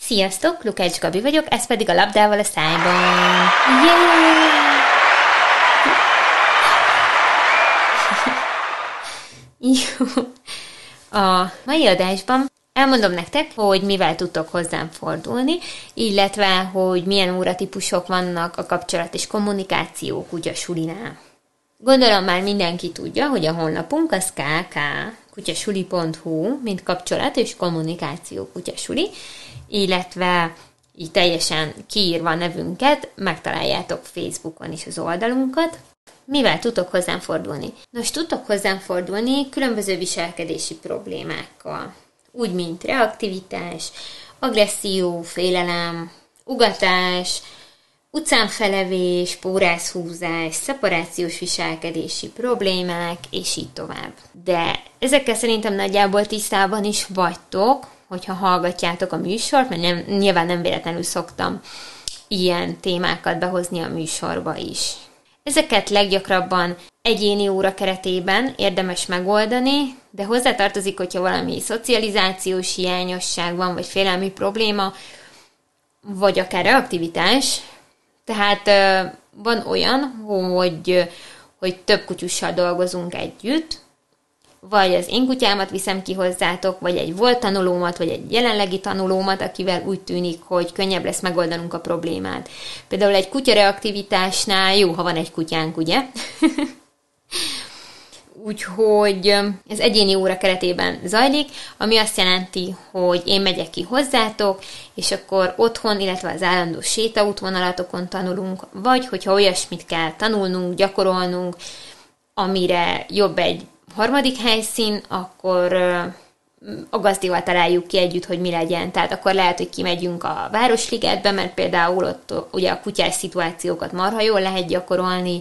Sziasztok, Lukács Gabi vagyok, ez pedig a labdával a szájban. Yeah! Jó. A mai adásban elmondom nektek, hogy mivel tudtok hozzám fordulni, illetve, hogy milyen óratípusok vannak a kapcsolat és kommunikáció kutyasulinál. Gondolom már mindenki tudja, hogy a honlapunk az kutyasuli.hu, mint kapcsolat és kommunikáció kutyasuli, illetve így teljesen kiírva a nevünket, megtaláljátok Facebookon is az oldalunkat. Mivel tudtok hozzám fordulni? Nos, tudtok hozzám fordulni különböző viselkedési problémákkal. Úgy, mint reaktivitás, agresszió, félelem, ugatás, utcán felevés, pórászhúzás, szeparációs viselkedési problémák, és így tovább. De ezekkel szerintem nagyjából tisztában is vagytok, hogyha hallgatjátok a műsort, mert nyilván nem véletlenül szoktam ilyen témákat behozni a műsorba is. Ezeket leggyakrabban egyéni óra keretében érdemes megoldani, de hozzátartozik, hogyha valami szocializációs hiányosság van, vagy félelmi probléma, vagy akár reaktivitás. Tehát van olyan, hogy több kutyussal dolgozunk együtt, vagy az én kutyámat viszem ki hozzátok, vagy egy volt tanulómat, vagy egy jelenlegi tanulómat, akivel úgy tűnik, hogy könnyebb lesz megoldanunk a problémát. Például egy kutyareaktivitásnál jó, ha van egy kutyánk, ugye? Úgyhogy ez egyéni óra keretében zajlik, ami azt jelenti, hogy én megyek ki hozzátok, és akkor otthon, illetve az állandó sétaútvonalatokon tanulunk, vagy hogyha olyasmit kell tanulnunk, gyakorolnunk, amire jobb egy harmadik helyszín, akkor a gazdival találjuk ki együtt, hogy mi legyen. Tehát akkor lehet, hogy kimegyünk a Városligetbe, mert például ott ugye a kutyás szituációkat marha jól lehet gyakorolni,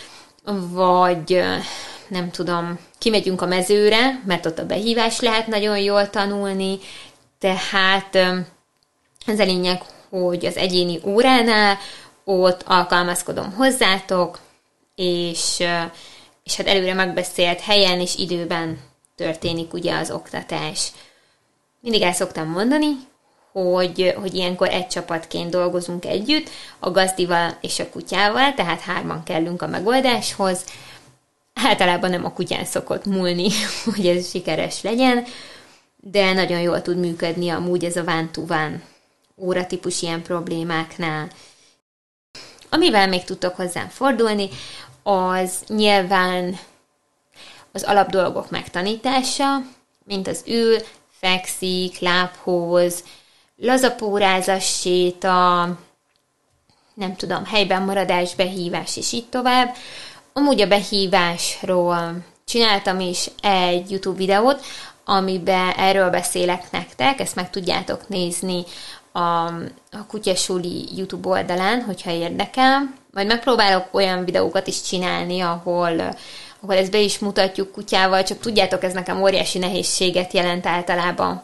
vagy nem tudom, kimegyünk a mezőre, mert ott a behívás lehet nagyon jól tanulni, tehát ez a lényeg, hogy az egyéni óránál ott alkalmazkodom hozzátok, és hát előre megbeszélt helyen és időben történik ugye az oktatás. Mindig el szoktam mondani, hogy ilyenkor egy csapatként dolgozunk együtt, a gazdival és a kutyával, tehát 3-an kellünk a megoldáshoz. Általában nem a kutyán szokott múlni, hogy ez sikeres legyen, de nagyon jól tud működni amúgy ez a one-to-one óratípus ilyen problémáknál. Amivel még tudtok hozzám fordulni, az nyilván az alapdolgok megtanítása, mint az ül, fekszik, lábhoz, lazapórázas séta, nem tudom, helyben maradás, behívás, és így tovább. Amúgy a behívásról csináltam is egy YouTube videót, amiben erről beszélek nektek, ezt meg tudjátok nézni a Kutyasuli YouTube oldalán, hogyha érdekel. Majd megpróbálok olyan videókat is csinálni, ahol ezt be is mutatjuk kutyával, csak tudjátok, ez nekem óriási nehézséget jelent általában,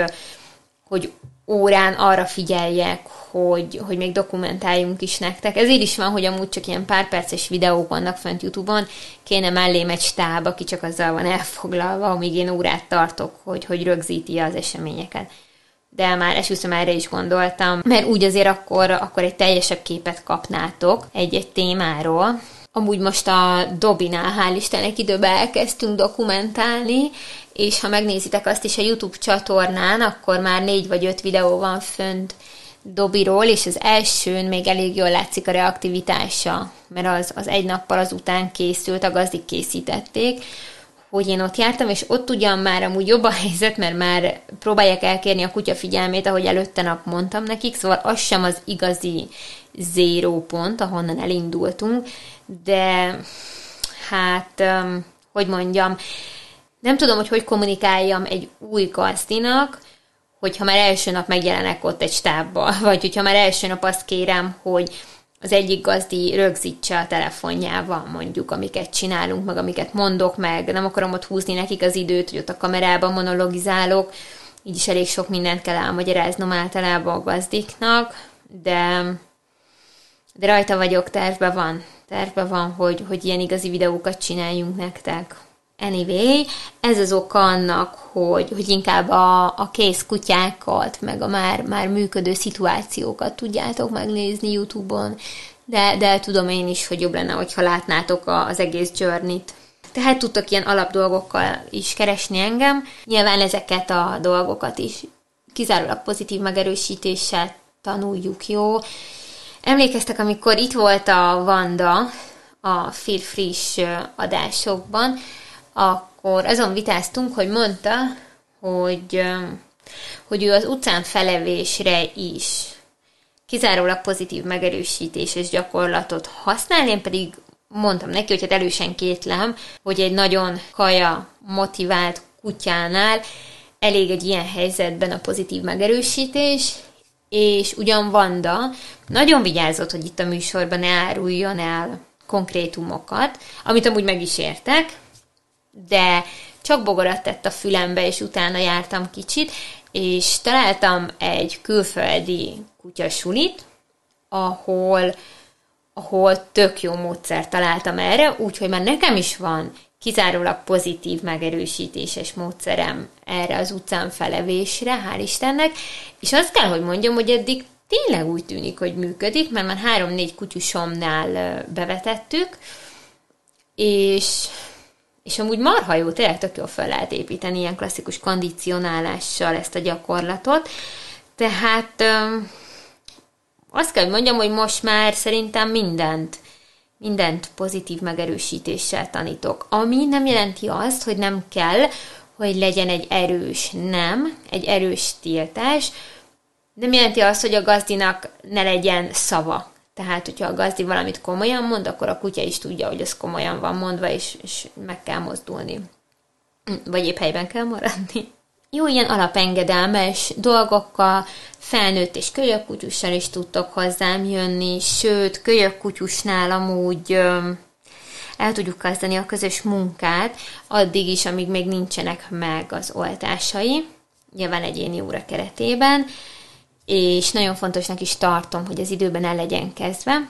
hogy órán arra figyeljek, hogy még dokumentáljunk is nektek. Ezért is van, hogy amúgy csak ilyen pár perces videók vannak fönt YouTube-on, kéne mellém egy stáb, aki csak azzal van elfoglalva, amíg én órát tartok, hogy rögzíti az eseményeket. De már esküszöm, erre is gondoltam, mert úgy azért akkor egy teljesebb képet kapnátok egy témáról. Amúgy most a Dobinál, hál' Istennek, időben elkezdtünk dokumentálni, és ha megnézitek azt is a YouTube csatornán, akkor már 4 vagy 5 videó van fönt Dobiról, és az elsőn még elég jól látszik a reaktivitása, mert az egy nappal azután készült, a gazdik készítették, hogy én ott jártam, és ott ugyan már amúgy jobb a helyzet, mert már próbálják elkérni a kutya figyelmét, ahogy előtte nap mondtam nekik, szóval az sem az igazi 0 pont, ahonnan elindultunk, de hát, hogy mondjam, nem tudom, hogy kommunikáljam egy új gazdinak, hogyha már első nap megjelenek ott egy stábbal, vagy hogyha már első nap azt kérem, hogy az egyik gazdi rögzítse a telefonjával mondjuk, amiket csinálunk, meg amiket mondok, meg nem akarom ott húzni nekik az időt, hogy ott a kamerában monologizálok, így is elég sok mindent kell elmagyaráznom általában a gazdiknak, de rajta vagyok, tervben van, hogy ilyen igazi videókat csináljunk nektek. Anyway, ez az oka annak, hogy inkább a kész kutyákat, meg a már működő szituációkat tudjátok megnézni YouTube-on, de tudom én is, hogy jobb lenne, hogyha látnátok az egész journey-t. Tehát tudtok ilyen alapdolgokkal is keresni engem. Nyilván ezeket a dolgokat is kizárólag pozitív megerősítéssel tanuljuk, jó? Emlékeztek, amikor itt volt a Vanda a Feel Friss adásokban, akkor azon vitáztunk, hogy mondta, hogy ő az utcán felevésre is kizárólag pozitív megerősítéses gyakorlatot használ, én pedig mondtam neki, hogy hát erősen kétlem, hogy egy nagyon kaja motivált kutyánál elég egy ilyen helyzetben a pozitív megerősítés, és ugyan Vanda nagyon vigyázott, hogy itt a műsorban ne áruljon el konkrétumokat, amit amúgy meg is értek, de csak bogarat tett a fülembe, és utána jártam kicsit, és találtam egy külföldi kutyasulit, ahol tök jó módszert találtam erre, úgyhogy már nekem is van kizárólag pozitív megerősítéses módszerem erre az utcán felevésre, hál' Istennek, és azt kell, hogy mondjam, hogy eddig tényleg úgy tűnik, hogy működik, mert már 3-4 kutyusomnál bevetettük, és amúgy marha jó, tényleg tök jól fel lehet építeni ilyen klasszikus kondicionálással ezt a gyakorlatot, tehát azt kell, hogy mondjam, hogy most már szerintem mindent pozitív megerősítéssel tanítok. Ami nem jelenti azt, hogy nem kell, hogy legyen egy erős nem, egy erős tiltás, nem jelenti azt, hogy a gazdinak ne legyen szava. Tehát, hogyha a gazdi valamit komolyan mond, akkor a kutya is tudja, hogy az komolyan van mondva, és meg kell mozdulni. Vagy épp helyben kell maradni. Jó, ilyen alapengedelmes dolgokkal, felnőtt és kölyökkutyussal is tudtok hozzám jönni, sőt, kölyökkutyusnál amúgy el tudjuk kezdeni a közös munkát, addig is, amíg még nincsenek meg az oltásai, nyilván egyéni óra keretében, és nagyon fontosnak is tartom, hogy az időben el legyen kezdve.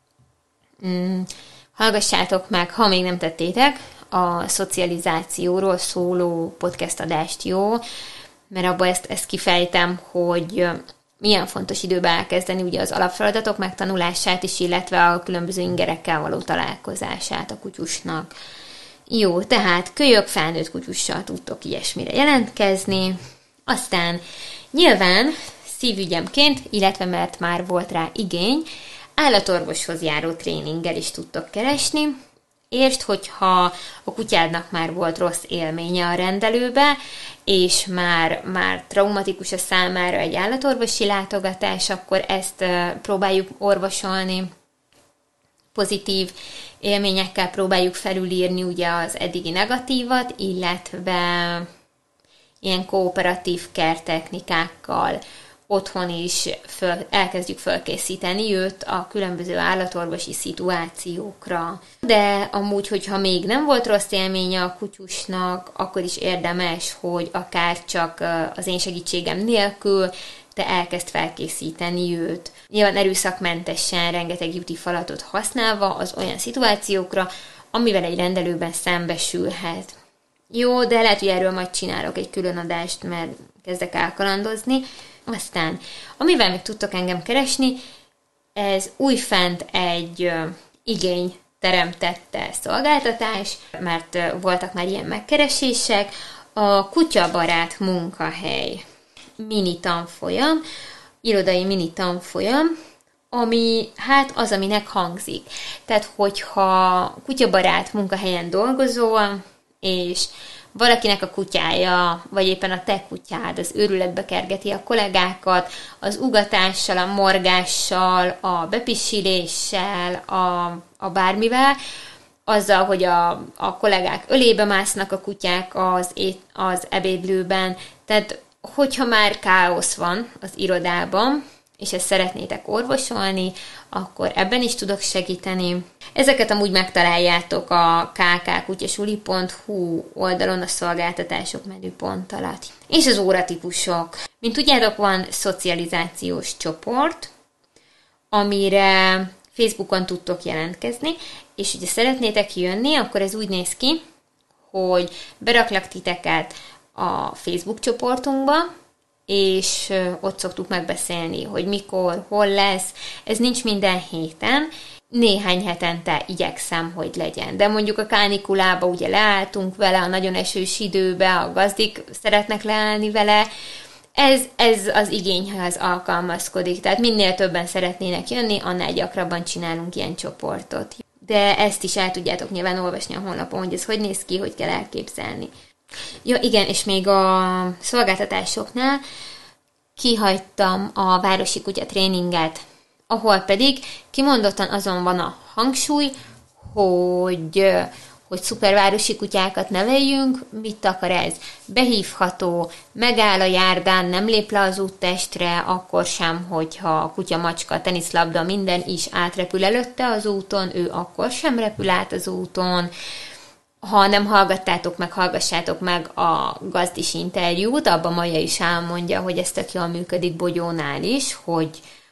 Hallgassátok meg, ha még nem tettétek, a szocializációról szóló podcast adást, jó? Mert abban ezt kifejtem, hogy milyen fontos időben elkezdeni ugye az alapfeladatok megtanulását is, illetve a különböző ingerekkel való találkozását a kutyusnak. Jó, tehát kölyök felnőtt kutyussal tudtok ilyesmire jelentkezni. Aztán nyilván szívügyemként, illetve mert már volt rá igény, állatorvoshoz járó tréninggel is tudtok keresni. Értsd, hogyha a kutyádnak már volt rossz élménye a rendelőbe, és már traumatikus a számára egy állatorvosi látogatás, akkor ezt próbáljuk orvosolni, pozitív élményekkel próbáljuk felülírni ugye az eddigi negatívat, illetve ilyen kooperatív care technikákkal otthon is elkezdjük felkészíteni őt a különböző állatorvosi szituációkra. De amúgy, hogyha még nem volt rossz élménye a kutyusnak, akkor is érdemes, hogy akár csak az én segítségem nélkül te elkezd felkészíteni őt. Nyilván erőszakmentesen, rengeteg juti falatot használva az olyan szituációkra, amivel egy rendelőben szembesülhet. Jó, de lehet, hogy erről majd csinálok egy külön adást, mert kezdek elkalandozni. Aztán, amivel még tudtok engem keresni, ez újfent egy igény teremtette szolgáltatás, mert voltak már ilyen megkeresések, a Kutyabarát munkahely mini tanfolyam, irodai mini tanfolyam, ami hát az, aminek hangzik. Tehát, hogyha kutyabarát munkahelyen dolgozol, és valakinek a kutyája, vagy éppen a te kutyád az őrületbe kergeti a kollégákat, az ugatással, a morgással, a bepisiléssel, a bármivel, azzal, hogy a kollégák ölébe másznak a kutyák az ebédlőben. Tehát, hogyha már káosz van az irodában, és ezt szeretnétek orvosolni, akkor ebben is tudok segíteni. Ezeket amúgy megtaláljátok a kkkutyasuli.hu oldalon a szolgáltatások menüpont alatt. És az óratípusok. Mint tudjátok, van szocializációs csoport, amire Facebookon tudtok jelentkezni, és hogyha szeretnétek jönni, akkor ez úgy néz ki, hogy beraklak titeket a Facebook csoportunkba, és ott szoktuk megbeszélni, hogy mikor, hol lesz. Ez nincs minden héten, néhány hetente igyekszem, hogy legyen. De mondjuk a kánikulába ugye leálltunk vele, a nagyon esős időbe, a gazdik szeretnek leállni vele. Ez az igényhez alkalmazkodik. Tehát minél többen szeretnének jönni, annál gyakrabban csinálunk ilyen csoportot. De ezt is el tudjátok nyilván olvasni a honlapon, hogy ez hogy néz ki, hogy kell elképzelni. Ja, igen, és még a szolgáltatásoknál kihagytam a városi kutya tréninget, ahol pedig kimondottan azon van a hangsúly, hogy szupervárosi kutyákat neveljünk. Mit akar ez? Behívható, megáll a járdán, nem lép le az úttestre, akkor sem, hogyha a kutya, macska, teniszlabda, minden is átrepül előtte az úton, ő akkor sem repül át az úton. Ha nem hallgattátok meg, hallgassátok meg a gazdis interjút, abban Maja is elmondja, hogy ez tök jól működik Bogyónál is, hogy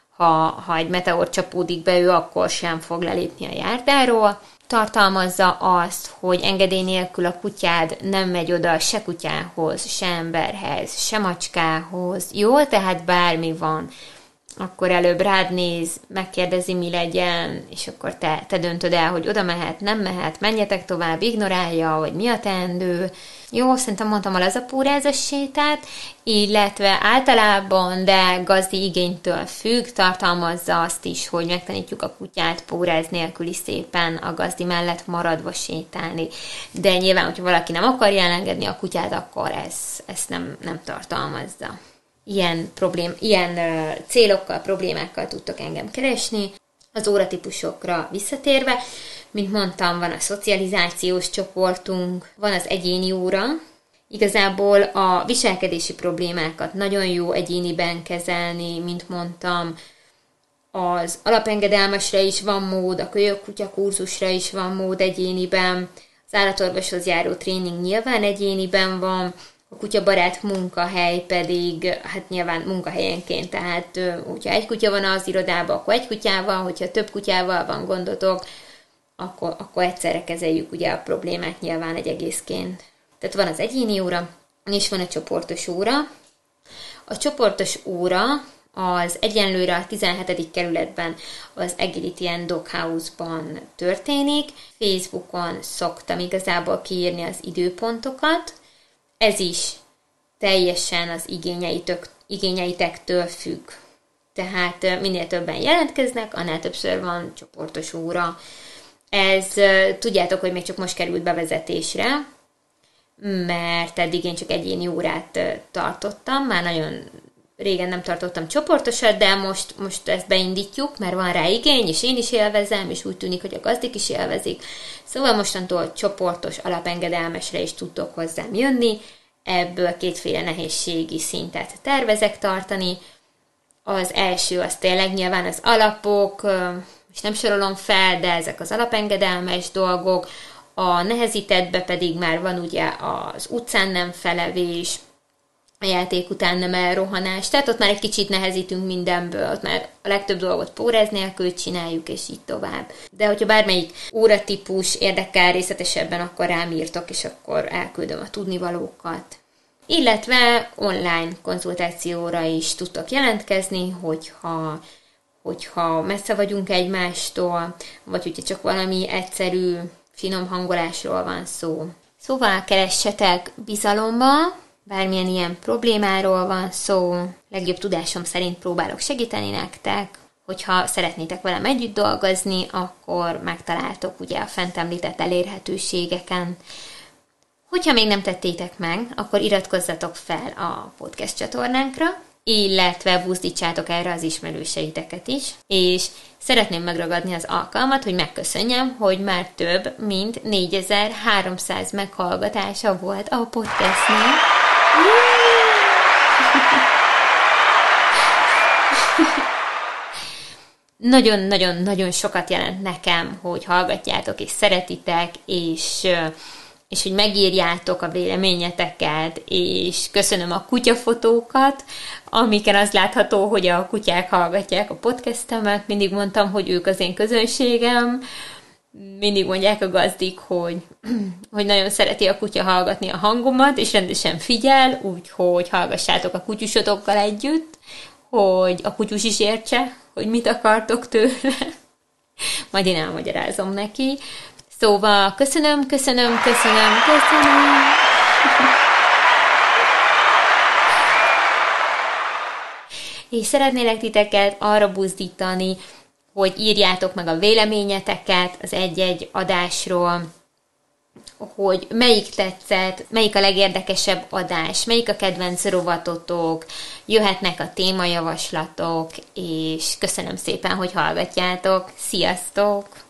ha egy meteor csapódik be, ő akkor sem fog lelépni a járdáról. Tartalmazza azt, hogy engedély nélkül a kutyád nem megy oda se kutyához, se emberhez, se macskához. Jó, tehát bármi van, akkor előbb rád néz, megkérdezi, mi legyen, és akkor te döntöd el, hogy oda mehet, nem mehet, menjetek tovább, ignorálja, vagy mi a teendő. Jó, szerintem mondtam a lazapúrázas sétát, illetve általában, de gazdi igénytől függ, tartalmazza azt is, hogy megtanítjuk a kutyát póráz nélkül is szépen a gazdi mellett maradva sétálni. De nyilván, hogyha valaki nem akarja elengedni a kutyát, akkor ezt nem tartalmazza. Ilyen célokkal, problémákkal tudtok engem keresni. Az óratípusokra visszatérve, mint mondtam, van a szocializációs csoportunk, van az egyéni óra. Igazából a viselkedési problémákat nagyon jó egyéniben kezelni, mint mondtam, az alapengedelmesre is van mód, a kölyök-kutya kurzusra is van mód egyéniben, az állatorvoshoz járó tréning nyilván egyéniben van, a kutyabarát munkahely pedig, hát nyilván munkahelyenként, tehát hogyha egy kutya van az irodában, akkor egy kutyával, hogyha több kutyával van gondotok, akkor egyszerre kezeljük ugye a problémát nyilván egy egészként. Tehát van az egyéni óra, és van a csoportos óra. A csoportos óra az egyenlőre a 17. kerületben, az Agility and Doghouse-ban történik. Facebookon szoktam igazából kiírni az időpontokat. Ez is teljesen az igényeitektől függ. Tehát minél többen jelentkeznek, annál többször van csoportos óra. Ez tudjátok, hogy még csak most került bevezetésre, mert eddig én csak egyéni órát tartottam, már nagyon régen nem tartottam csoportosat, de most ezt beindítjuk, mert van rá igény, és én is élvezem, és úgy tűnik, hogy a gazdik is élvezik. Szóval mostantól csoportos alapengedelmesre is tudtok hozzám jönni, ebből kétféle nehézségi szintet tervezek tartani. Az első az tényleg nyilván az alapok, és nem sorolom fel, de ezek az alapengedelmes dolgok, a nehezítettbe pedig már van ugye az utcán nem felevés, a játék után nem elrohanás, tehát ott már egy kicsit nehezítünk mindenből, ott már a legtöbb dolgot póráz nélkül csináljuk, és így tovább. De hogyha bármelyik óratípus érdekel részletesebben, akkor rám írtok, és akkor elküldöm a tudnivalókat. Illetve online konzultációra is tudtok jelentkezni, hogyha messze vagyunk egymástól, vagy hogyha csak valami egyszerű, finom hangolásról van szó. Szóval keressetek bizalomba, bármilyen ilyen problémáról van szó, legjobb tudásom szerint próbálok segíteni nektek. Hogyha szeretnétek velem együtt dolgozni, akkor megtaláltok ugye a fent említett elérhetőségeken. Hogyha még nem tettétek meg, akkor iratkozzatok fel a podcast csatornánkra, illetve buzdítsátok erre az ismerőseiteket is, és szeretném megragadni az alkalmat, hogy megköszönjem, hogy már több mint 4300 meghallgatása volt a podcastnél. Nagyon-nagyon-nagyon sokat jelent nekem, hogy hallgatjátok és szeretitek, és hogy megírjátok a véleményeteket, és köszönöm a kutyafotókat, amiken az látható, hogy a kutyák hallgatják a podcastemet. Mindig mondtam, hogy ők az én közönségem, mindig mondják a gazdik, hogy nagyon szereti a kutya hallgatni a hangomat, és rendesen figyel, úgyhogy hallgassátok a kutyusotokkal együtt, hogy a kutyus is értse, hogy mit akartok tőle. Majd én elmagyarázom neki. Szóval köszönöm. És szeretnélek titeket arra buzdítani, hogy írjátok meg a véleményeteket az egy-egy adásról, hogy melyik tetszett, melyik a legérdekesebb adás, melyik a kedvenc rovatotok, jöhetnek a témajavaslatok, és köszönöm szépen, hogy hallgatjátok. Sziasztok!